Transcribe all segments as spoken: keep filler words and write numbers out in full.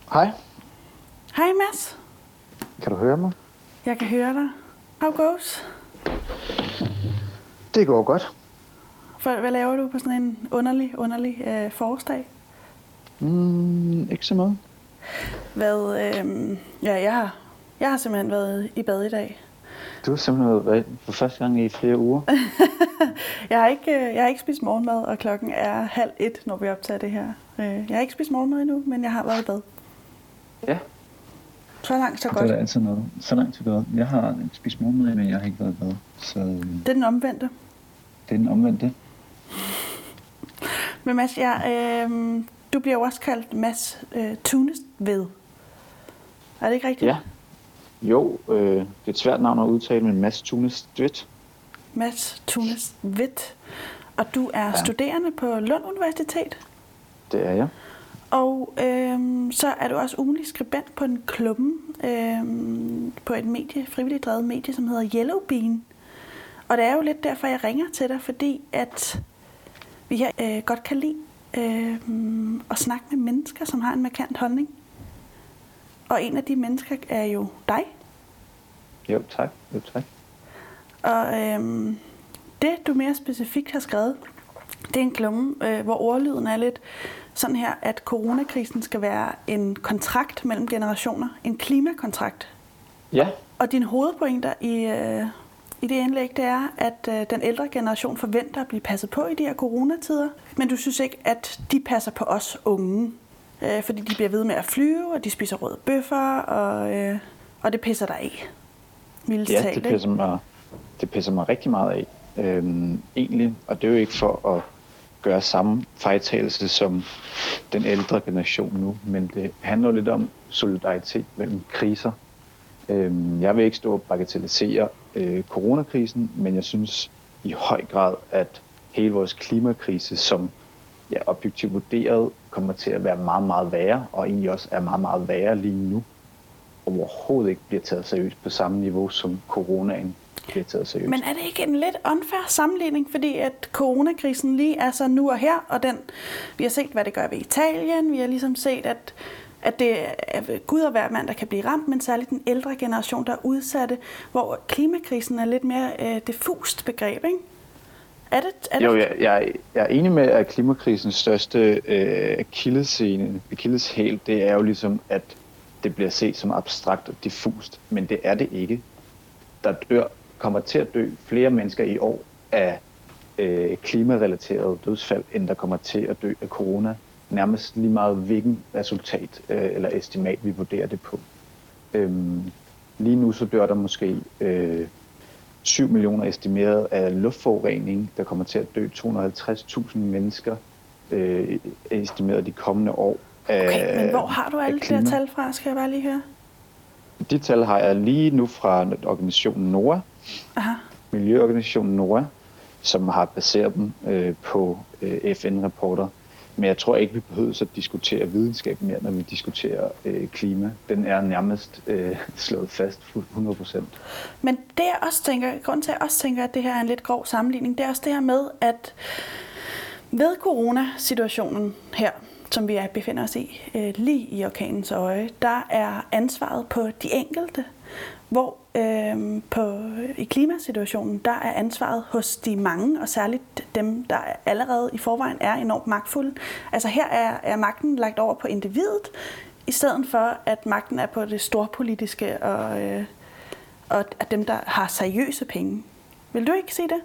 Hej, Hej Mads. kan du høre mig? Jeg kan høre dig. How goes? Det går godt. For, hvad laver du på sådan en underlig, underlig øh, forårsdag? Mm, ikke så meget. Hvad, øh, ja, jeg har, jeg har simpelthen været i bad i dag. Du har simpelthen været for første gang i flere uger. jeg, har ikke, øh, jeg har ikke spist morgenmad, og klokken er halv et, når vi optager det her. Øh, jeg har ikke spist morgenmad endnu, men jeg har været i bad. Ja. Så langt, så godt. Det er altid noget. Så langt så godt. Jeg har spist morgenmad, men jeg har ikke været i bad. Så Det er den omvendte. det er den omvendte. Men Mads, jeg, øh, du bliver jo også kaldt Mads øh, Tunesved. Er det ikke rigtigt? Ja. Jo, øh, det er et svært navn at udtale, men Mads Tunesved. Mads Tunesved. Og du er ja. studerende på Lund Universitet. Det er jeg. Og øhm, så er du også ugentlig skribent på en klumme, øhm, på et medie, frivilligt drevet medie, som hedder Yellow Bean. Og det er jo lidt derfor, jeg ringer til dig, fordi at vi her øh, godt kan lide øh, at snakke med mennesker, som har en markant holdning. Og en af de mennesker er jo dig. Jo, tak. Jo, tak. Og øhm, det, du mere specifikt har skrevet, det er en klumme, øh, hvor ordlyden er lidt sådan her, at coronakrisen skal være en kontrakt mellem generationer. En klimakontrakt. Ja. Og din hovedpointer i, øh, i det indlæg, det er, at øh, den ældre generation forventer at blive passet på i de her coronatider. Men du synes ikke, at de passer på os unge. Øh, fordi de bliver ved med at flyve, og de spiser røde bøffer, og, øh, og det pisser dig af. Mildest Ja, talt, det pisser, mig, det pisser mig rigtig meget af. Øhm, egentlig, og det er jo ikke for at gøre samme fejltagelse som den ældre generation nu, men det handler lidt om solidaritet mellem kriser. Øhm, jeg vil ikke stå og bagatellisere øh, coronakrisen, men jeg synes i høj grad, at hele vores klimakrise, som ja, objektivt vurderet kommer til at være meget, meget værre, og egentlig også er meget, meget værre lige nu, overhovedet ikke bliver taget seriøst på samme niveau som coronaen bliver taget seriøst. Men er det ikke en lidt unfair sammenligning, fordi at coronakrisen lige er så nu og her, og den, vi har set, hvad det gør ved Italien, vi har ligesom set, at, at det er Gud og hver mand, der kan blive ramt, men særligt den ældre generation, der er udsatte, hvor klimakrisen er lidt mere øh, diffust begreb, ikke? Er det, er det... Jo, jeg, jeg, jeg er enig med, at klimakrisens største øh, akilleshæl, akilleshæl, det er jo ligesom, at det bliver set som abstrakt og diffust, men det er det ikke. Der dør, kommer til at dø flere mennesker i år af øh, klimarelaterede dødsfald, end der kommer til at dø af corona. Nærmest lige meget hvilken resultat øh, eller estimat vi vurderer det på. Øhm, lige nu så dør der måske øh, syv millioner estimeret af luftforurening, der kommer til at dø to hundrede og halvtreds tusind mennesker øh, estimeret de kommende år. Okay, men hvor har du alle de der tal fra, skal jeg bare lige høre? De tal har jeg lige nu fra organisationen NOAA, Aha. Miljøorganisationen NOAA, som har baseret dem øh, på øh, F N-rapporter. Men jeg tror ikke, vi behøver at diskutere videnskab mere, når vi diskuterer øh, klima. Den er nærmest øh, slået fast hundrede procent. Men det jeg også tænker, grunden til at jeg også tænker, at det her er en lidt grov sammenligning, det er også det her med, at ved coronasituationen her, som vi befinder os i, øh, lige i orkanens øje, der er ansvaret på de enkelte, hvor øh, på, i klimasituationen, der er ansvaret hos de mange, og særligt dem, der allerede i forvejen er enormt magtfulde. Altså her er, er magten lagt over på individet, i stedet for at magten er på det storpolitiske og, øh, og dem, der har seriøse penge. Vil du ikke sige det?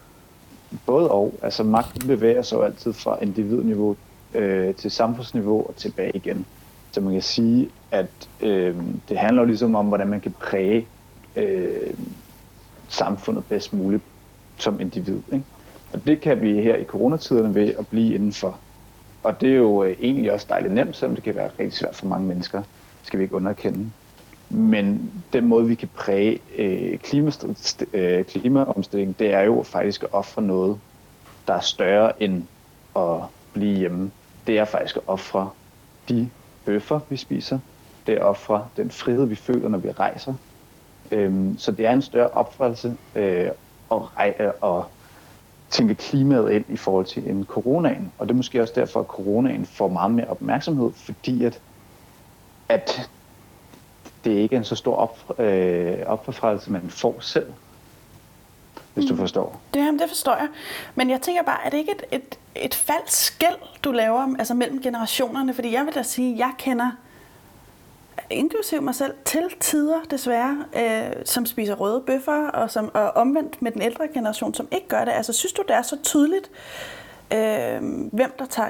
Både og. Altså magten bevæger sig jo altid fra individniveau øh, til samfundsniveau og tilbage igen. Så man kan sige, at øh, det handler jo ligesom om, hvordan man kan præge øh, samfundet bedst muligt som individ. Ikke? Og det kan vi her i coronatiderne ved at blive indenfor. Og det er jo øh, egentlig også dejligt nemt, selvom det kan være rigtig svært for mange mennesker. Det skal vi ikke underkende. Men den måde, vi kan præge øh, klimast- øh, klimaomstillingen, det er jo faktisk at ofre noget, der er større end at blive hjemme. Det er faktisk at ofre de bøffer, vi spiser. Det er at ofre den frihed, vi føler, når vi rejser. Øhm, så det er en større opfattelse øh, at, at tænke klimaet ind i forhold til en coronaen. Og det er måske også derfor, at coronaen får meget mere opmærksomhed, fordi at at det ikke er en så stor op, øh, opforfrelse, man får selv, hvis du forstår. Det, jamen, det forstår jeg. Men jeg tænker bare, er det ikke et, et, et falsk skel, du laver altså mellem generationerne? Fordi jeg vil da sige, at jeg kender, inklusive mig selv, til tider desværre, øh, som spiser røde bøffer, og, som, og omvendt med den ældre generation, som ikke gør det. Altså, synes du, det er så tydeligt, øh, hvem der tager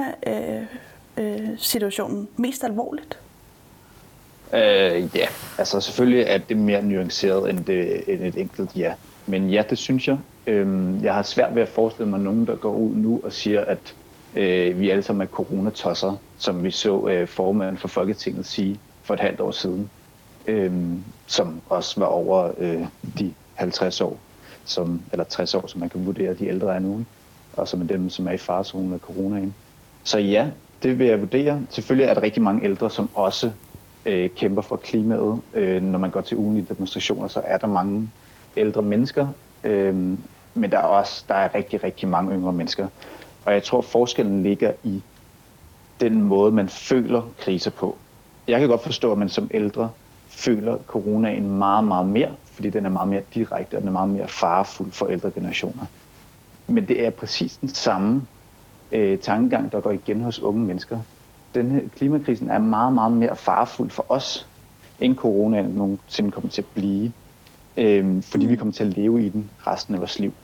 klimasituationen øh, øh, mest alvorligt? Øh, ja, altså selvfølgelig er det mere nuanceret end, det, end et enkelt ja. Men ja, det synes jeg. Øhm, jeg har svært ved at forestille mig nogen, der går ud nu og siger, at øh, vi alle sammen er coronatosser, som vi så øh, formanden for Folketinget sige for et halvt år siden, øhm, som også var over øh, de halvtreds år, som, eller tres år, som man kan vurdere, de ældre er nu, og som er dem, som er i farezonen af coronaen. Så ja, det vil jeg vurdere. Selvfølgelig er der rigtig mange ældre, som også øh, kæmper for klimaet. Øh, når man går til ugenlige demonstrationer, så er der mange ældre mennesker, øh, men der er også der er rigtig, rigtig mange yngre mennesker. Og jeg tror, forskellen ligger i den måde, man føler kriser på. Jeg kan godt forstå, at man som ældre føler coronaen meget, meget mere, fordi den er meget mere direkte, og den er meget mere farefuld for ældre generationer. Men det er præcis den samme øh, tankegang, der går igen hos unge mennesker. Denne klimakrisen er meget, meget mere farefuld for os, end coronaen nogensinde kommer til at blive. Øhm, fordi vi kommer til at leve i den resten af vores liv.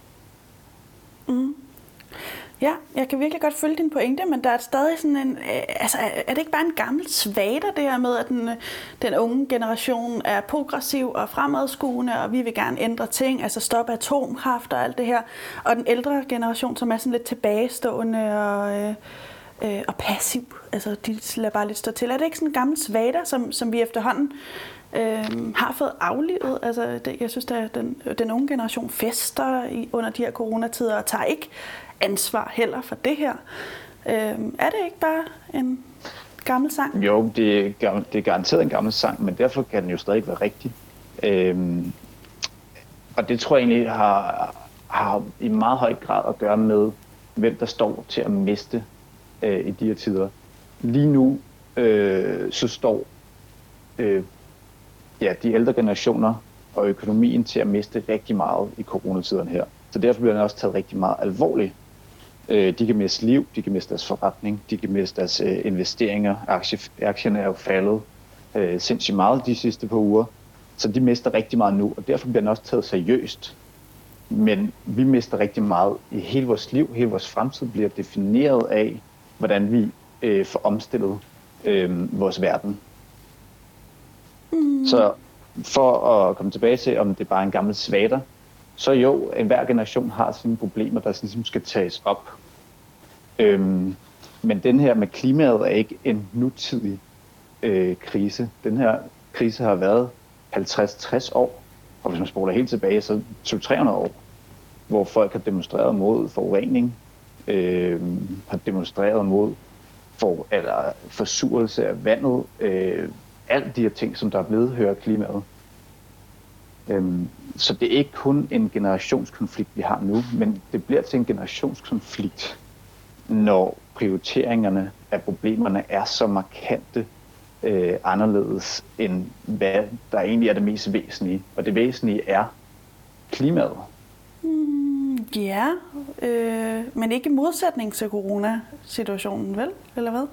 Mm. Ja, jeg kan virkelig godt følge din pointe, men der er stadig sådan en, øh, altså er det ikke bare en gammel svada, det her med, at den, den unge generation er progressiv og fremadskuende, og vi vil gerne ændre ting, altså stoppe atomkraft og alt det her, og den ældre generation, som er sådan lidt tilbagestående og, øh, øh, og passiv, altså de lader bare lidt stå til. Er det ikke sådan en gammel svada, som, som vi efterhånden Øhm, har fået aflivet? Altså, det, jeg synes, at den, den unge generation fester i, under de her coronatider og tager ikke ansvar heller for det her. Øhm, er det ikke bare en gammel sang? Jo, det er, det er garanteret en gammel sang, men derfor kan den jo stadig være rigtig. Øhm, og det tror jeg egentlig har, har i meget høj grad at gøre med, hvem der står til at miste øh, i de her tider. Lige nu øh, så står øh, ja, de ældre generationer og økonomien til at miste rigtig meget i coronatiden her. Så derfor bliver den også taget rigtig meget alvorligt. De kan miste liv, de kan miste deres forretning, de kan miste deres investeringer. Aktierne er jo faldet sindssygt meget de sidste par uger, så de mister rigtig meget nu, og derfor bliver den også taget seriøst. Men vi mister rigtig meget i hele vores liv, hele vores fremtid bliver defineret af, hvordan vi får omstillet vores verden. Mm. Så for at komme tilbage til, om det bare er en gammel svater, så jo, enhver generation har sine problemer, der ligesom skal tages op. Øhm, men den her med klimaet er ikke en nutidig øh, krise. Den her krise har været halvtreds til tres år, og hvis man spoler helt tilbage, så to til tre hundrede år, hvor folk har demonstreret mod forurening, øh, har demonstreret mod for, eller forsurelse af vandet, øh, alle de her ting, som der er blevet hører klimaet. Øhm, så det er ikke kun en generationskonflikt, vi har nu, men det bliver til en generationskonflikt, når prioriteringerne af problemerne er så markante øh, anderledes, end hvad der egentlig er det mest væsentlige. Og det væsentlige er klimaet. Mm, ja, øh, men ikke i modsætning til coronasituationen, vel? Eller hvad?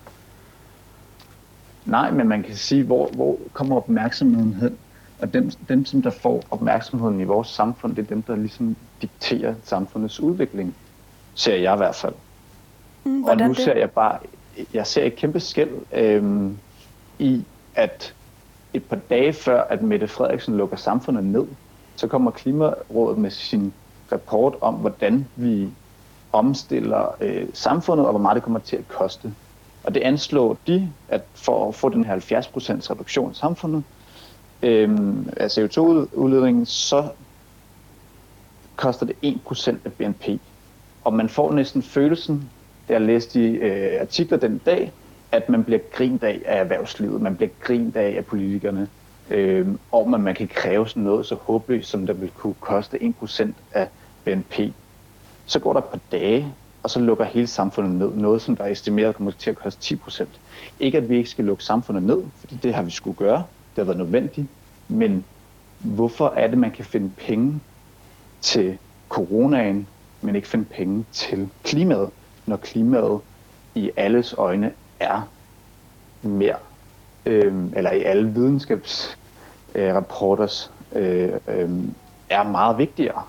Nej, men man kan sige, hvor, hvor kommer opmærksomheden hen? Og dem, dem, som der får opmærksomheden i vores samfund, det er dem, der ligesom dikterer samfundets udvikling, ser jeg i hvert fald. Mm, og nu det? ser jeg bare, jeg ser et kæmpe skel øhm, i, at et par dage før, at Mette Frederiksen lukker samfundet ned, så kommer Klimarådet med sin rapport om, hvordan vi omstiller øh, samfundet, og hvor meget det kommer til at koste. Og det anslår de, at for at få den her halvfjerds procent reduktion i samfundet, øhm, af C O to udledningen, så koster det en procent af B N P. Og man får næsten følelsen, da jeg læste de øh, artikler den dag, at man bliver grint af af erhvervslivet, man bliver grint af af politikerne, øh, om at man kan kræve sådan noget så håbløst, som der vil kunne koste en procent af B N P. Så går der et par dage, og så lukker hele samfundet ned. Noget, som der er estimeret kommer til at koste ti procent. Ikke at vi ikke skal lukke samfundet ned, fordi det har vi skulle gøre. Det har været nødvendigt. Men hvorfor er det, man kan finde penge til coronaen, men ikke finde penge til klimaet, når klimaet i alles øjne er mere, øh, eller i alle videnskabsrapporters øh, øh, er meget vigtigere.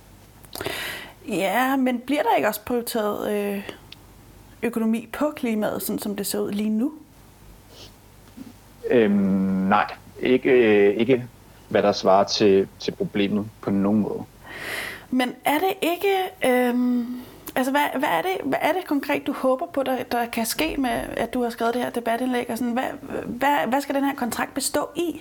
Ja, men bliver der ikke også prioriteret øh, økonomi på klimaet, sådan som det ser ud lige nu? Øhm, nej, ikke, øh, ikke hvad der svarer til, til problemet på nogen måde. Men er det ikke... Øh, altså, hvad, hvad, er det, hvad er det konkret, du håber på, der, der kan ske med, at du har skrevet det her debatindlæg? Og sådan, hvad, hvad, hvad skal den her kontrakt bestå i?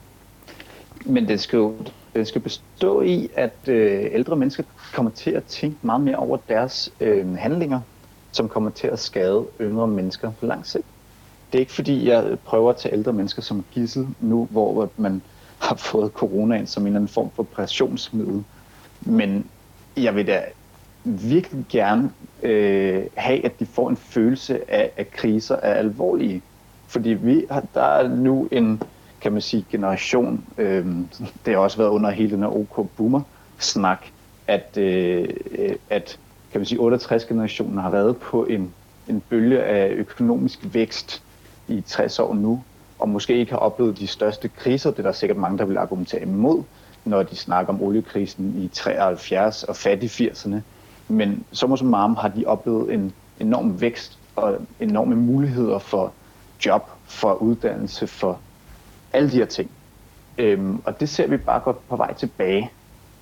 Men det skal jo den skal bestå i, at øh, ældre mennesker kommer til at tænke meget mere over deres øh, handlinger, som kommer til at skade yngre mennesker på lang sigt. Det er ikke fordi, jeg prøver at tage ældre mennesker som gidsel nu, hvor man har fået coronaen som en eller anden form for pressionsmiddel. Men jeg vil da virkelig gerne øh, have, at de får en følelse af, at kriser er alvorlige. Fordi vi har, der er nu en, kan man sige, generation, øh, det har også været under hele den her OK Boomer-snak, at, øh, at kan man sige, otteogtres-generationen har været på en, en bølge af økonomisk vækst i tres år nu, og måske ikke har oplevet de største kriser. Det er der sikkert mange, der vil argumentere imod, når de snakker om oliekrisen i treoghalvfjerds og fat i firserne. Men som og summarum har de oplevet en enorm vækst og enorme muligheder for job, for uddannelse, for alle de her ting. Øhm, og det ser vi bare godt på vej tilbage.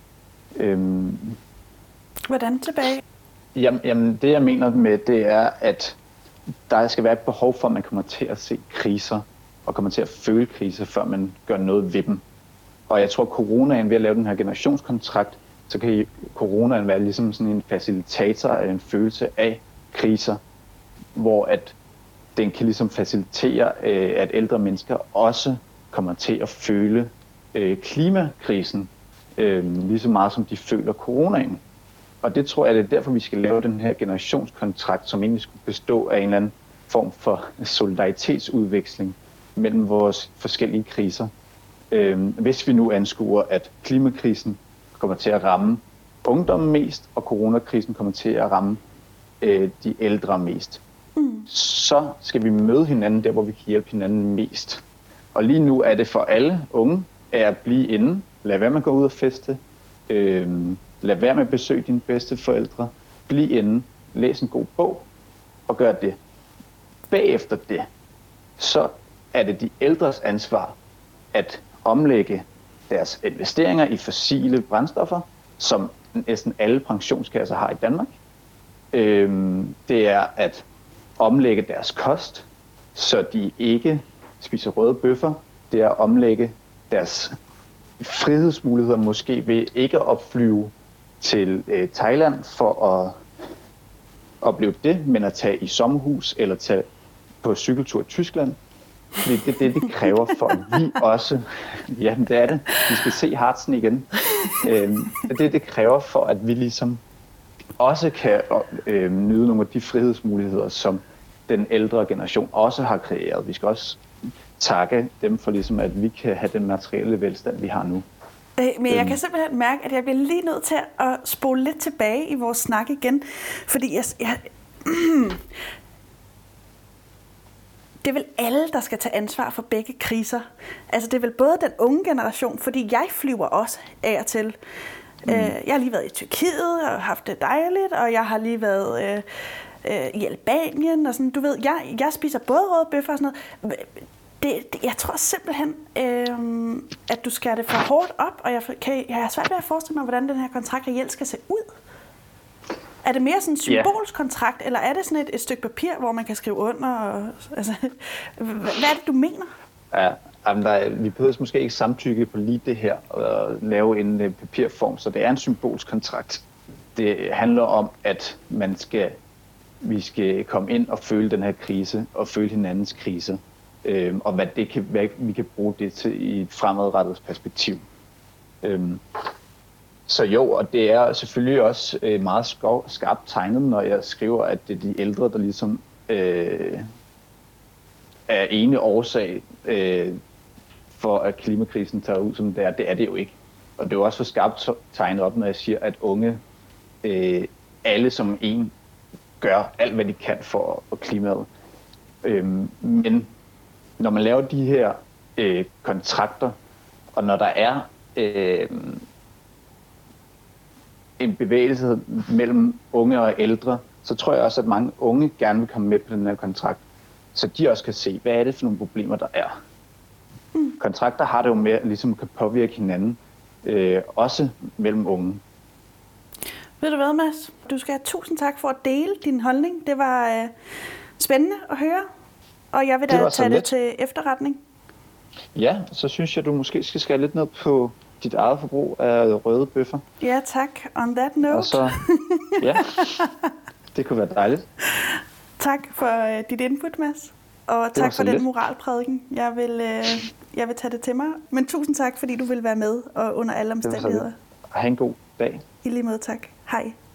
Øhm, Hvordan tilbage? Jamen, jamen, det jeg mener med det er, at der skal være et behov for, at man kommer til at se kriser, og kommer til at føle kriser, før man gør noget ved dem. Og jeg tror, at coronaen, ved at lave den her generationskontrakt, så kan coronaen være ligesom sådan en facilitator af en følelse af kriser, hvor at den kan ligesom facilitere, at ældre mennesker også kommer til at føle klimakrisen lige så meget, som de føler coronaen. Og det tror jeg, det er derfor, vi skal lave den her generationskontrakt, som egentlig skulle bestå af en eller anden form for solidaritetsudveksling mellem vores forskellige kriser. Hvis vi nu anskuer, at klimakrisen kommer til at ramme ungdommen mest, og coronakrisen kommer til at ramme de ældre mest, mm. så skal vi møde hinanden der, hvor vi kan hjælpe hinanden mest. Og lige nu er det for alle unge at blive inde. Lad være med at gå ud og feste. Øhm, lad være med at besøge dine bedste forældre. Bliv inde. Læs en god bog. Og gør det. Bagefter det, så er det de ældres ansvar at omlægge deres investeringer i fossile brændstoffer, som næsten alle pensionskasser har i Danmark. Øhm, det er at omlægge deres kost, så de ikke spiser røde bøffer. Det er at omlægge deres frihedsmuligheder, måske ved ikke at opflyve til øh, Thailand for at opleve det, men at tage i sommerhus eller tage på cykeltur i Tyskland. Det er det, det kræver for, at vi også... Ja, det er det. Vi skal se Harzen igen. Øhm, det det, det kræver for, at vi ligesom også kan øh, nyde nogle af de frihedsmuligheder, som den ældre generation også har kreeret. Vi skal også takke dem for, ligesom, at vi kan have den materielle velstand, vi har nu. Men jeg kan simpelthen mærke, at jeg bliver lige nødt til at spole lidt tilbage i vores snak igen, fordi jeg... jeg det er vel alle, der skal tage ansvar for begge kriser. Altså det er vel både den unge generation, fordi jeg flyver også af og til. Mm. Jeg har lige været i Tyrkiet og haft det dejligt, og jeg har lige været øh, øh, i Albanien og sådan. Du ved, jeg, jeg spiser både røde bøffer og sådan noget. Det, det, jeg tror simpelthen, øh, at du skærer det for hårdt op, og jeg, kan, jeg har svært ved at forestille mig, hvordan den her kontrakt reelt skal se ud. Er det mere sådan en symbolsk kontrakt, eller er det sådan et, et stykke papir, hvor man kan skrive under? Og, altså, hvad er det, du mener? Ja, jamen der er, vi behøver måske ikke samtykke på lige det her og lave en uh, papirform, så det er en symbolsk kontrakt. Det handler om, at man skal, vi skal komme ind og føle den her krise, og føle hinandens krise, øhm, og hvad, det kan, hvad vi kan bruge det til i et fremadrettet perspektiv. Øhm, Så jo, og det er selvfølgelig også øh, meget skov, skarpt tegnet, når jeg skriver, at det er de ældre, der ligesom øh, er ene årsag øh, for, at klimakrisen tager ud, som det er. Det er det jo ikke. Og det er jo også for skarpt tegnet op, når jeg siger, at unge, øh, alle som en, gør alt, hvad de kan for at klimaet. Øh, men når man laver de her øh, kontrakter, og når der er øh, en bevægelse mellem unge og ældre, så tror jeg også, at mange unge gerne vil komme med på den her kontrakt, så de også kan se, hvad er det for nogle problemer, der er. Mm. Kontrakter har det jo med, at ligesom kan påvirke hinanden, øh, også mellem unge. Ved du hvad, Mads? Du skal have tusind tak for at dele din holdning. Det var øh, spændende at høre, og jeg vil da tage det til efterretning. Ja, så synes jeg, du måske skal skære lidt ned på dit eget forbrug af røde bøffer. Ja, tak. On that note. Og så, ja, det kunne være dejligt. Tak for uh, dit input, Mads. Og tak for den lidt. moralprædiken. Jeg vil, uh, jeg vil tage det til mig. Men tusind tak, fordi du vil være med og under alle omstændigheder. Ha' en god dag. I lige måde, tak. Hej.